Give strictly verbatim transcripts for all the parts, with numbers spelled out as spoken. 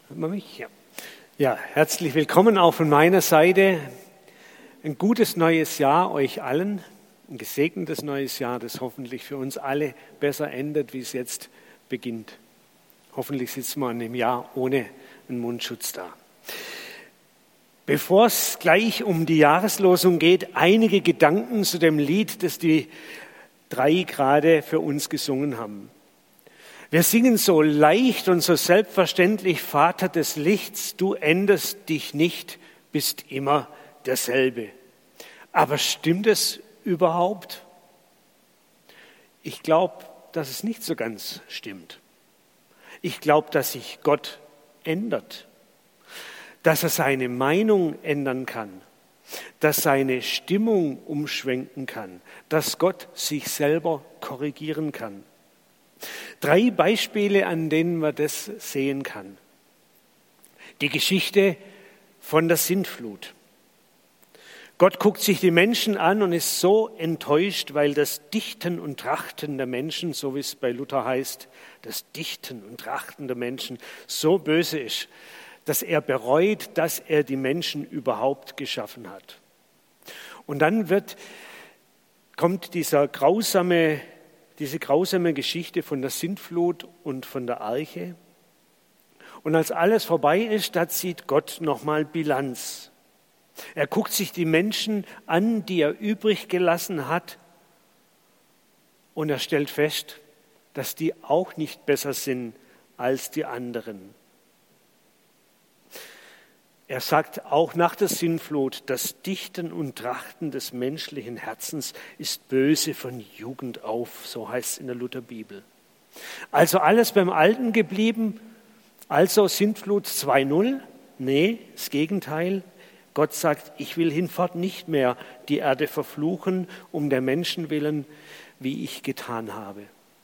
Hört man mich? Ja. Ja, herzlich willkommen auch von meiner Seite. Ein gutes neues Jahr euch allen. Ein gesegnetes neues Jahr, das hoffentlich für uns alle besser endet, wie es jetzt beginnt. Hoffentlich sitzen wir in dem Jahr ohne einen Mundschutz da. Bevor es gleich um die Jahreslosung geht, einige Gedanken zu dem Lied, das die drei gerade für uns gesungen haben. Wir singen so leicht und so selbstverständlich, Vater des Lichts, du änderst dich nicht, bist immer derselbe. Aber stimmt es überhaupt? Ich glaube, dass es nicht so ganz stimmt. Ich glaube, dass sich Gott ändert, dass er seine Meinung ändern kann, dass seine Stimmung umschwenken kann, dass Gott sich selber korrigieren kann. Drei Beispiele, an denen man das sehen kann. Die Geschichte von der Sintflut. Gott guckt sich die Menschen an und ist so enttäuscht, weil das Dichten und Trachten der Menschen, so wie es bei Luther heißt, das Dichten und Trachten der Menschen so böse ist, dass er bereut, dass er die Menschen überhaupt geschaffen hat. Und dann wird, kommt dieser grausame Diese grausame Geschichte von der Sintflut und von der Arche. Und als alles vorbei ist, da zieht Gott nochmal Bilanz. Er guckt sich die Menschen an, die er übrig gelassen hat, und er stellt fest, dass die auch nicht besser sind als die anderen. Er sagt auch nach der Sintflut, das Dichten und Trachten des menschlichen Herzens ist böse von Jugend auf, so heißt es in der Lutherbibel. Also alles beim Alten geblieben, also Sintflut zwei null? Nee, das Gegenteil. Gott sagt, ich will hinfort nicht mehr die Erde verfluchen, um der Menschen willen, wie ich getan habe.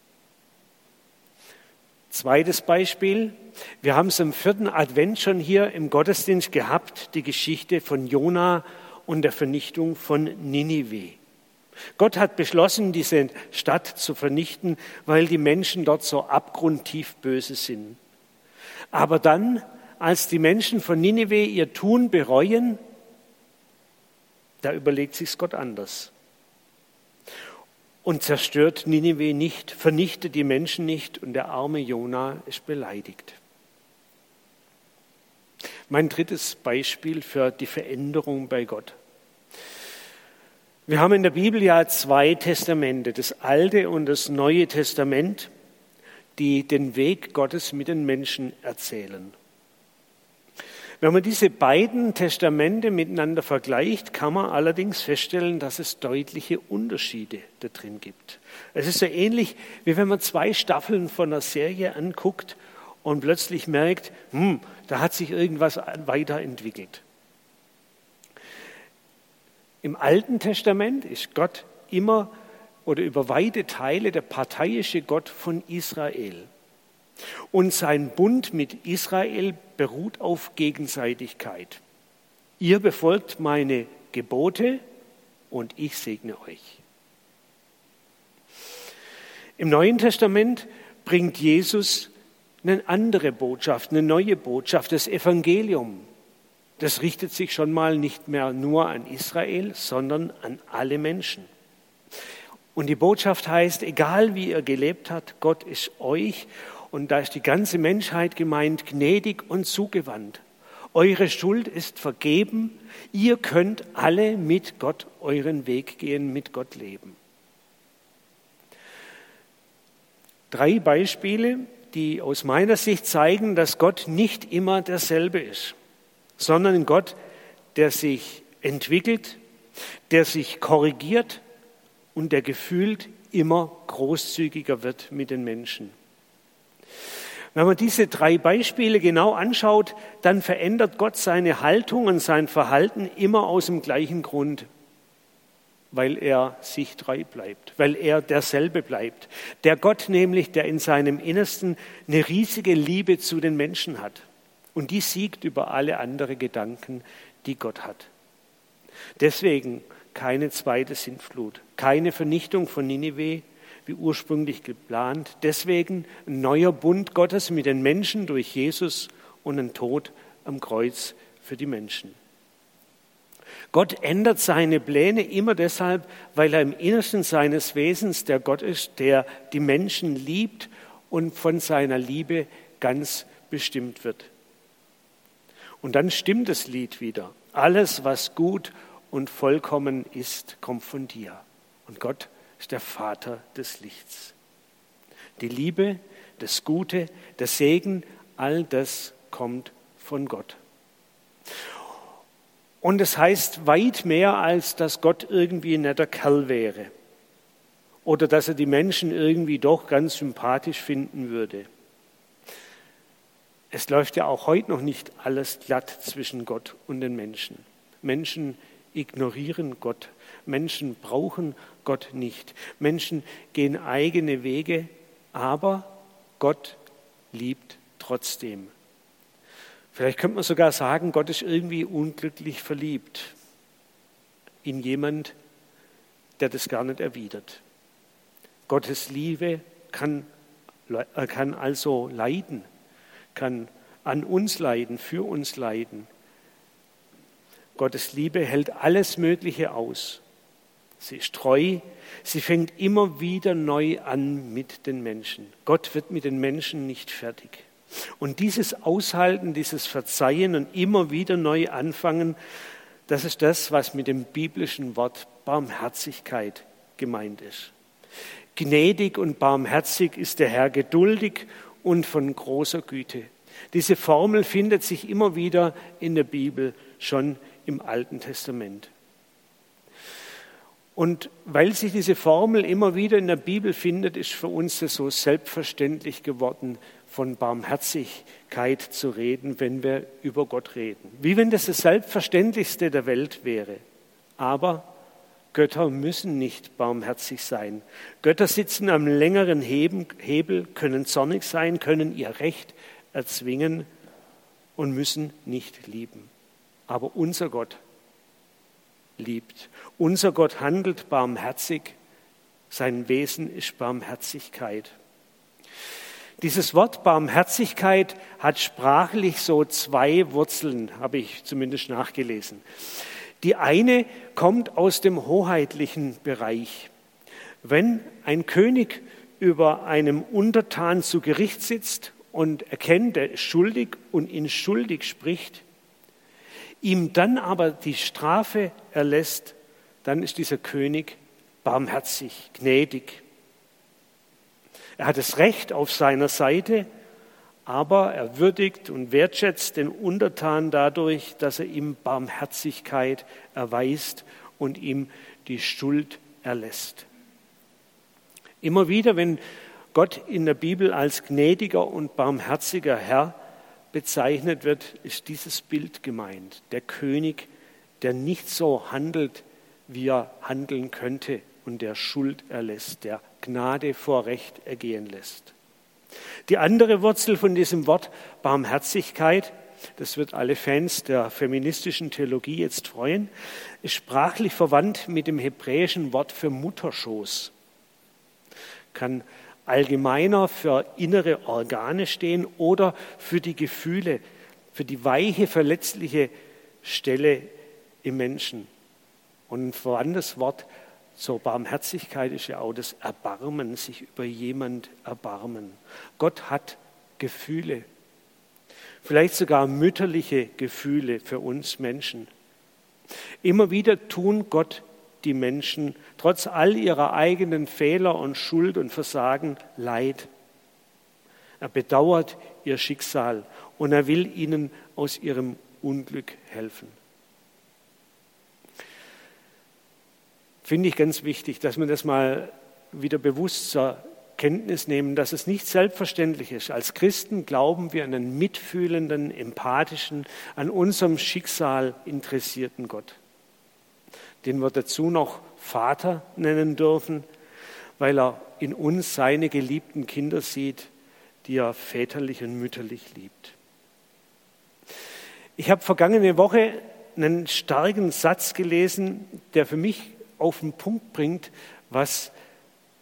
Zweites Beispiel, wir haben es im vierten Advent schon hier im Gottesdienst gehabt, die Geschichte von Jona und der Vernichtung von Ninive. Gott hat beschlossen, diese Stadt zu vernichten, weil die Menschen dort so abgrundtief böse sind. Aber dann, als die Menschen von Ninive ihr Tun bereuen, da überlegt sich's Gott anders. Und zerstört Ninive nicht, vernichtet die Menschen nicht und der arme Jona ist beleidigt. Mein drittes Beispiel für die Veränderung bei Gott. Wir haben in der Bibel ja zwei Testamente, das Alte und das Neue Testament, die den Weg Gottes mit den Menschen erzählen. Wenn man diese beiden Testamente miteinander vergleicht, kann man allerdings feststellen, dass es deutliche Unterschiede da drin gibt. Es ist so ähnlich, wie wenn man zwei Staffeln von einer Serie anguckt und plötzlich merkt, hm, da hat sich irgendwas weiterentwickelt. Im Alten Testament ist Gott immer oder über weite Teile der parteiische Gott von Israel. Und sein Bund mit Israel beruht auf Gegenseitigkeit. Ihr befolgt meine Gebote und ich segne euch. Im Neuen Testament bringt Jesus eine andere Botschaft, eine neue Botschaft, das Evangelium. Das richtet sich schon mal nicht mehr nur an Israel, sondern an alle Menschen. Und die Botschaft heißt, egal wie ihr gelebt habt, Gott ist euch. Und da ist die ganze Menschheit gemeint, gnädig und zugewandt. Eure Schuld ist vergeben. Ihr könnt alle mit Gott euren Weg gehen, mit Gott leben. Drei Beispiele, die aus meiner Sicht zeigen, dass Gott nicht immer derselbe ist, sondern ein Gott, der sich entwickelt, der sich korrigiert und der gefühlt immer großzügiger wird mit den Menschen. Wenn man diese drei Beispiele genau anschaut, dann verändert Gott seine Haltung und sein Verhalten immer aus dem gleichen Grund, weil er sich treu bleibt, weil er derselbe bleibt. Der Gott nämlich, der in seinem Innersten eine riesige Liebe zu den Menschen hat. Und die siegt über alle anderen Gedanken, die Gott hat. Deswegen keine zweite Sintflut, keine Vernichtung von Ninive, wie ursprünglich geplant. Deswegen ein neuer Bund Gottes mit den Menschen durch Jesus und einen Tod am Kreuz für die Menschen. Gott ändert seine Pläne immer deshalb, weil er im Innersten seines Wesens der Gott ist, der die Menschen liebt und von seiner Liebe ganz bestimmt wird. Und dann stimmt das Lied wieder. Alles, was gut und vollkommen ist, kommt von dir. Und Gott ist der Vater des Lichts. Die Liebe, das Gute, der Segen, all das kommt von Gott. Und es heißt weit mehr, als dass Gott irgendwie ein netter Kerl wäre oder dass er die Menschen irgendwie doch ganz sympathisch finden würde. Es läuft ja auch heute noch nicht alles glatt zwischen Gott und den Menschen. Menschen ignorieren Gott. Menschen brauchen Gott nicht. Menschen gehen eigene Wege, aber Gott liebt trotzdem. Vielleicht könnte man sogar sagen, Gott ist irgendwie unglücklich verliebt in jemand, der das gar nicht erwidert. Gottes Liebe kann, kann also leiden, kann an uns leiden, für uns leiden. Gottes Liebe hält alles Mögliche aus. Sie ist treu, sie fängt immer wieder neu an mit den Menschen. Gott wird mit den Menschen nicht fertig. Und dieses Aushalten, dieses Verzeihen und immer wieder neu anfangen, das ist das, was mit dem biblischen Wort Barmherzigkeit gemeint ist. Gnädig und barmherzig ist der Herr, geduldig und von großer Güte. Diese Formel findet sich immer wieder in der Bibel, schon im Alten Testament. Und weil sich diese Formel immer wieder in der Bibel findet, ist für uns das so selbstverständlich geworden, von Barmherzigkeit zu reden, wenn wir über Gott reden. Wie wenn das das Selbstverständlichste der Welt wäre. Aber Götter müssen nicht barmherzig sein. Götter sitzen am längeren Hebel, können zornig sein, können ihr Recht erzwingen und müssen nicht lieben. Aber unser Gott liebt. Unser Gott handelt barmherzig. Sein Wesen ist Barmherzigkeit. Dieses Wort Barmherzigkeit hat sprachlich so zwei Wurzeln, habe ich zumindest nachgelesen. Die eine kommt aus dem hoheitlichen Bereich. Wenn ein König über einem Untertan zu Gericht sitzt und erkennt, er ist schuldig und ihn schuldig spricht, ihm dann aber die Strafe erlässt, dann ist dieser König barmherzig, gnädig. Er hat das Recht auf seiner Seite, aber er würdigt und wertschätzt den Untertan dadurch, dass er ihm Barmherzigkeit erweist und ihm die Schuld erlässt. Immer wieder, wenn Gott in der Bibel als gnädiger und barmherziger Herr bezeichnet wird, ist dieses Bild gemeint. Der König, der nicht so handelt, wie er handeln könnte und der Schuld erlässt, der Gnade vor Recht ergehen lässt. Die andere Wurzel von diesem Wort Barmherzigkeit, das wird alle Fans der feministischen Theologie jetzt freuen, ist sprachlich verwandt mit dem hebräischen Wort für Mutterschoß. Kann allgemeiner für innere Organe stehen oder für die Gefühle, für die weiche, verletzliche Stelle im Menschen. Und ein verwandtes Wort zur Barmherzigkeit ist ja auch das Erbarmen, sich über jemand erbarmen. Gott hat Gefühle, vielleicht sogar mütterliche Gefühle für uns Menschen. Immer wieder tun Gott die Menschen trotz all ihrer eigenen Fehler und Schuld und Versagen leid. Er bedauert ihr Schicksal und er will ihnen aus ihrem Unglück helfen. Finde ich ganz wichtig, dass wir das mal wieder bewusst zur Kenntnis nehmen, dass es nicht selbstverständlich ist. Als Christen glauben wir an einen mitfühlenden, empathischen, an unserem Schicksal interessierten Gott, den wir dazu noch Vater nennen dürfen, weil er in uns seine geliebten Kinder sieht, die er väterlich und mütterlich liebt. Ich habe vergangene Woche einen starken Satz gelesen, der für mich auf den Punkt bringt, was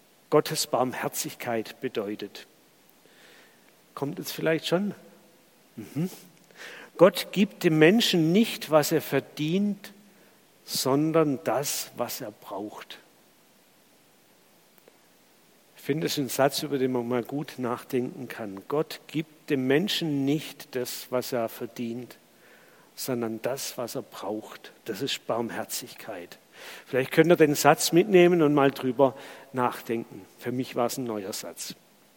Gottes Barmherzigkeit bedeutet. Kommt jetzt vielleicht schon? Mhm. Gott gibt dem Menschen nicht, was er verdient, sondern das, was er braucht. Ich finde, das ist ein Satz, über den man mal gut nachdenken kann. Gott gibt dem Menschen nicht das, was er verdient, sondern das, was er braucht. Das ist Barmherzigkeit. Vielleicht könnt ihr den Satz mitnehmen und mal drüber nachdenken. Für mich war es ein neuer Satz.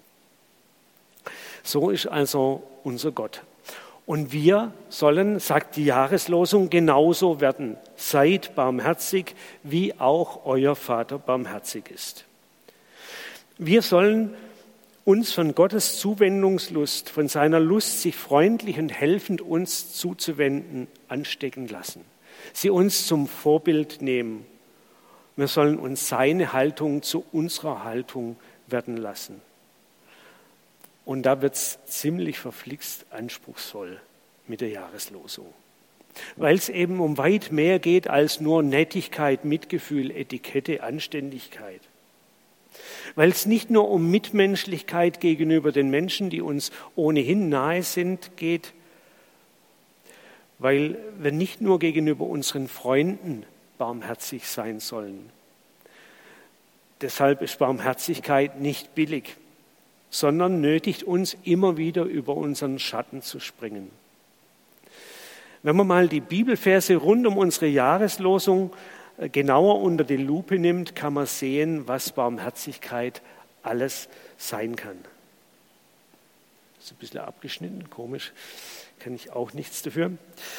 So ist also unser Gott. Und wir sollen, sagt die Jahreslosung, genauso werden. Seid barmherzig, wie auch euer Vater barmherzig ist. Wir sollen uns von Gottes Zuwendungslust, von seiner Lust, sich freundlich und helfend uns zuzuwenden, anstecken lassen. Sie uns zum Vorbild nehmen. Wir sollen uns seine Haltung zu unserer Haltung werden lassen. Und da wird es ziemlich verflixt anspruchsvoll mit der Jahreslosung. Weil es eben um weit mehr geht als nur Nettigkeit, Mitgefühl, Etikette, Anständigkeit. Weil es nicht nur um Mitmenschlichkeit gegenüber den Menschen, die uns ohnehin nahe sind, geht, weil wir nicht nur gegenüber unseren Freunden barmherzig sein sollen. Deshalb ist Barmherzigkeit nicht billig, sondern nötigt uns immer wieder über unseren Schatten zu springen. Wenn man mal die Bibelverse rund um unsere Jahreslosung genauer unter die Lupe nimmt, kann man sehen, was Barmherzigkeit alles sein kann. Das ist ein bisschen abgeschnitten, komisch, kann ich auch nichts dafür.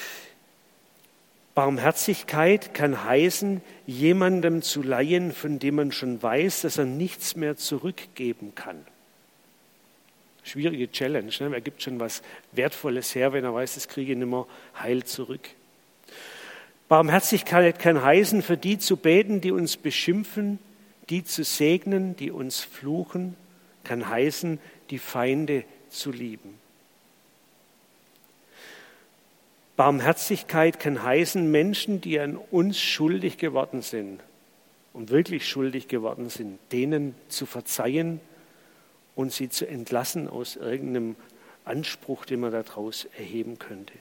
Barmherzigkeit kann heißen, jemandem zu leihen, von dem man schon weiß, dass er nichts mehr zurückgeben kann. Schwierige Challenge, ne? Wer gibt schon was Wertvolles her, wenn er weiß, das kriege ich nicht mehr heil zurück. Barmherzigkeit kann heißen, für die zu beten, die uns beschimpfen, die zu segnen, die uns fluchen, kann heißen, die Feinde zu lieben. Barmherzigkeit kann heißen, Menschen, die an uns schuldig geworden sind und wirklich schuldig geworden sind, denen zu verzeihen und sie zu entlassen aus irgendeinem Anspruch, den man daraus erheben könnte.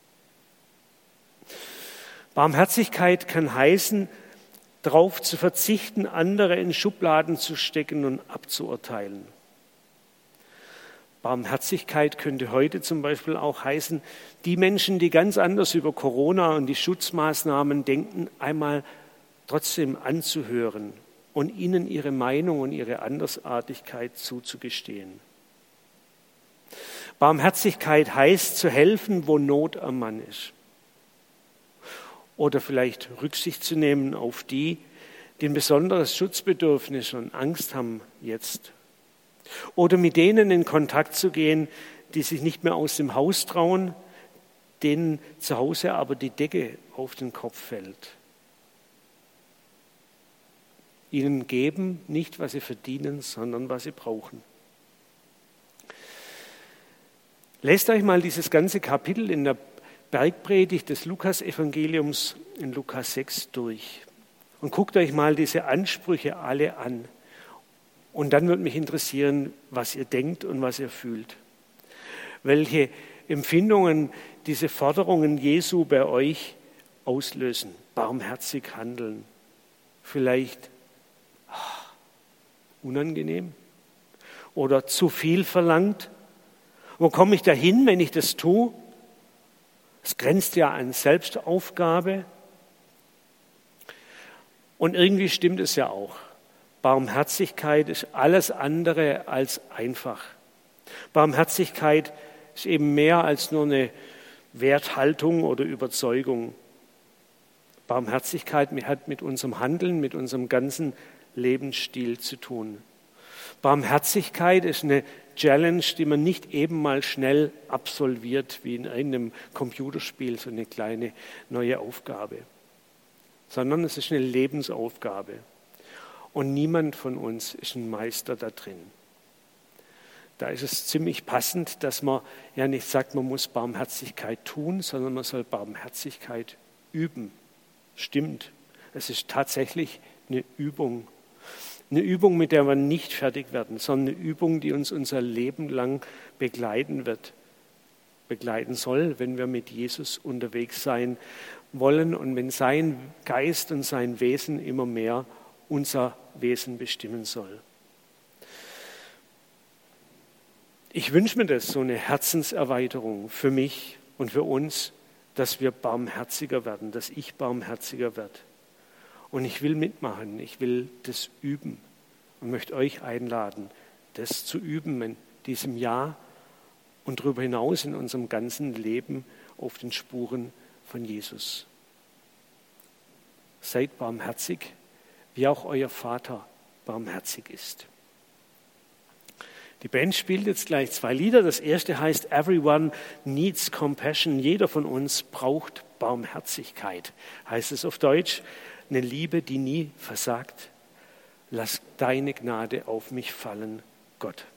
Barmherzigkeit kann heißen, darauf zu verzichten, andere in Schubladen zu stecken und abzuurteilen. Barmherzigkeit könnte heute zum Beispiel auch heißen, die Menschen, die ganz anders über Corona und die Schutzmaßnahmen denken, einmal trotzdem anzuhören und ihnen ihre Meinung und ihre Andersartigkeit zuzugestehen. Barmherzigkeit heißt, zu helfen, wo Not am Mann ist. Oder vielleicht Rücksicht zu nehmen auf die, die ein besonderes Schutzbedürfnis und Angst haben jetzt. Oder mit denen in Kontakt zu gehen, die sich nicht mehr aus dem Haus trauen, denen zu Hause aber die Decke auf den Kopf fällt. Ihnen geben nicht, was sie verdienen, sondern was sie brauchen. Lest euch mal dieses ganze Kapitel in der Bergpredigt des Lukas-Evangeliums in Lukas sechs durch und guckt euch mal diese Ansprüche alle an. Und dann würde mich interessieren, was ihr denkt und was ihr fühlt. Welche Empfindungen diese Forderungen Jesu bei euch auslösen. Barmherzig handeln. Vielleicht ach, unangenehm oder zu viel verlangt. Wo komme ich dahin, wenn ich das tue? Es grenzt ja an Selbstaufgabe. Und irgendwie stimmt es ja auch. Barmherzigkeit ist alles andere als einfach. Barmherzigkeit ist eben mehr als nur eine Werthaltung oder Überzeugung. Barmherzigkeit hat mit unserem Handeln, mit unserem ganzen Lebensstil zu tun. Barmherzigkeit ist eine Challenge, die man nicht eben mal schnell absolviert, wie in einem Computerspiel, so eine kleine neue Aufgabe, sondern es ist eine Lebensaufgabe. Und niemand von uns ist ein Meister da drin. Da ist es ziemlich passend, dass man ja nicht sagt, man muss Barmherzigkeit tun, sondern man soll Barmherzigkeit üben. Stimmt, es ist tatsächlich eine Übung. Eine Übung, mit der wir nicht fertig werden, sondern eine Übung, die uns unser Leben lang begleiten wird. begleiten soll, wenn wir mit Jesus unterwegs sein wollen und wenn sein Geist und sein Wesen immer mehr unser Wesen bestimmen soll. Ich wünsche mir das, so eine Herzenserweiterung für mich und für uns, dass wir barmherziger werden, dass ich barmherziger werde. Und ich will mitmachen, ich will das üben und möchte euch einladen, das zu üben in diesem Jahr und darüber hinaus in unserem ganzen Leben auf den Spuren von Jesus. Seid barmherzig, wie auch euer Vater barmherzig ist. Die Band spielt jetzt gleich zwei Lieder. Das erste heißt Everyone Needs Compassion. Jeder von uns braucht Barmherzigkeit. Heißt es auf Deutsch, eine Liebe, die nie versagt. Lass deine Gnade auf mich fallen, Gott.